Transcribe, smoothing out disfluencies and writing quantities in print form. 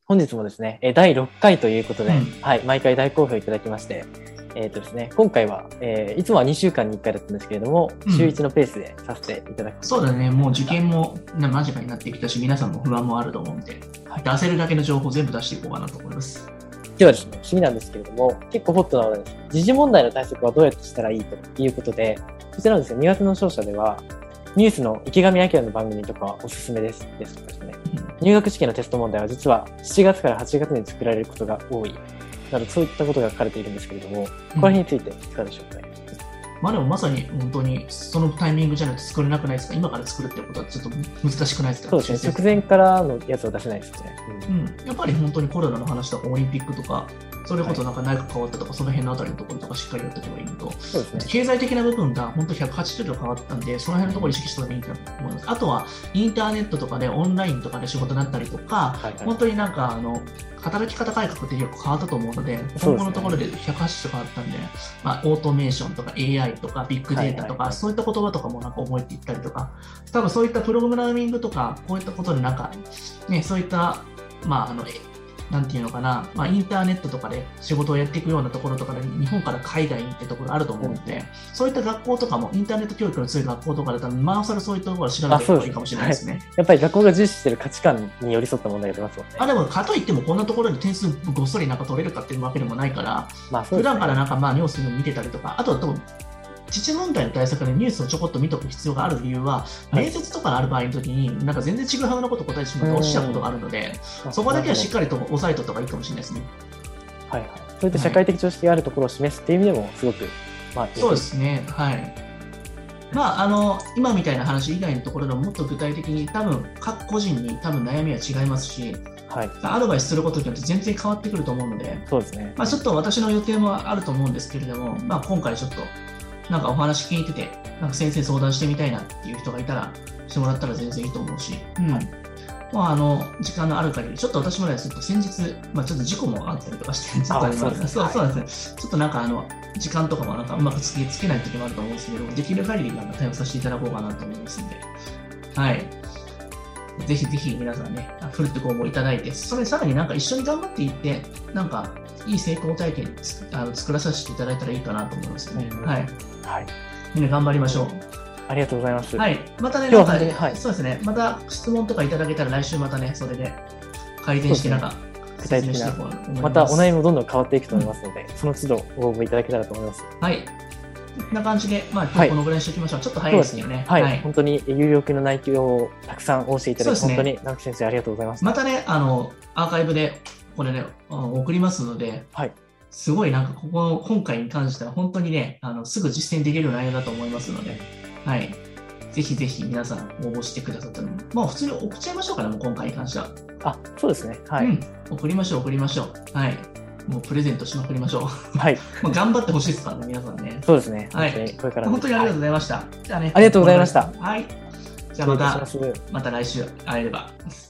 本日もですね、第6回ということで、 うんはい、毎回大好評いただきまして、ですね、今回は、いつもは2週間に1回だったんですけれども、週1のペースでさせていただく、 そうだね、もう受験も間近になってきたし、皆さんも不安もあると思うんで、 はい出せるだけの情報を全部出していこうかなと思います。 今日はですね、趣味なんですけれども、結構ホットな話題です。時事問題の対策はどうやってしたらいいということで、こちらのですね、2月の勝者では、ニュースの池上彰の番組とかおすすめですとかですね、入学試験のテスト問題は実は7月から8月に作られることが多いなど、そういったことが書かれているんですけれども、この辺についていかがでしょうかね。 まあでもまさに本当にそのタイミングじゃないと作れなくないですか。今から作るってことはちょっと難しくないですか。 そうですね、直前からのやつを出せないですね。 やっぱり本当にコロナの話とかオリンピックとか、それこそなんか内閣変わったとか、その辺のあたりのところとかしっかりやっておけばいいのと、 そうですね。 経済的な部分が本当180度変わったんで、その辺のところを意識した方がいいと思います。あとはインターネットとかでオンラインとかで仕事になったりとか、本当になんか働き方改革って結構変わったと思うので、今後のところで180度変わったんで、まあ、オートメーションとか AI とかビッグデータとか、そういった言葉とかもなんか覚えていったりとか、多分そういったプログラミングとか、こういったことでなんか、ね、そういった、まあ、なんていうのかな、まあ、インターネットとかで仕事をやっていくようなところとかで、日本から海外にってところあると思うので、そういった学校とかも、インターネット教育の強い学校とかだったら、まあ、それそういったところを調べていくといいかもしれないですね。 やっぱり学校が重視している価値観に寄り添った問題が出ますもんね。 でも、かといっても、こんなところで点数ごっそりなんか取れるかっていうわけでもないから、 まあ普段からなんかまあニュースを見てたりとか、あとは多分、時事問題の対策でニュースをちょこっと見とく必要がある理由は、面接とかある場合の時に、なんか全然違うはずのことを答えてしまうと落ちちゃうことがあるので、そこだけはしっかりと押さえとった方がいいかもしれないですね。 はいはい。そういった社会的常識があるところを示すっていう意味でも、すごく、まあ、 そうですね。はい。まあ、今みたいな話以外のところでももっと具体的に、多分、各個人に多分悩みは違いますし、 はい、 アドバイスすることによって全然変わってくると思うので、 そうですね。 まあ、ちょっと私の予定もあると思うんですけれども、まあ、今回ちょっと、なんかお話聞いてて、なんか先生相談してみたいなっていう人がいたら、してもらったら全然いいと思うし、まあ、時間のある限り、ちょっと私もね、ちょっと先日、まあ、ちょっと事故もあったりとかして、ちょっとそうですね、ちょっとなんか時間とかもなんかうまくつけない時もあると思うんですけど、できる限りなんか対応させていただこうかなと思いますので、はい。ぜひぜひ皆さんね、フルってご応募いただいて、それさらになんか一緒に頑張っていって、なんかいい成功体験作らさせていただいたらいいかなと思いますね。はい。はい。みんな頑張りましょう。 ありがとうございます。 はい。またね、 今日はそうですね。また質問とかいただけたら来週またね、それで改善してなんか、 具体的な、またお悩みもどんどん変わっていくと思いますので、その都度ご応募いただけたらと思います。 はい。こんな感じで、まあ、今日このぐらいにしておきましょう。ちょっと早いですよね。 はい。本当に有力な内容をたくさんお教えいただき、本当に直木先生ありがとうございます。 またね、アーカイブでこれね、送りますので、すごいなんか今回に関しては本当にね、すぐ実践できる内容だと思いますので、はい。ぜひぜひ皆さん応募してくださったので、まあ普通に送っちゃいましょうかね、もう今回に関しては。 そうですね。はい。 送りましょう。はい。もうプレゼントしまくりましょう。 はい。 もう頑張ってほしいですからね、皆さんね。 そうですね。 はい。 これから本当にありがとうございました。じゃあね。 ありがとうございました。 はい。じゃあまた来週会えれば。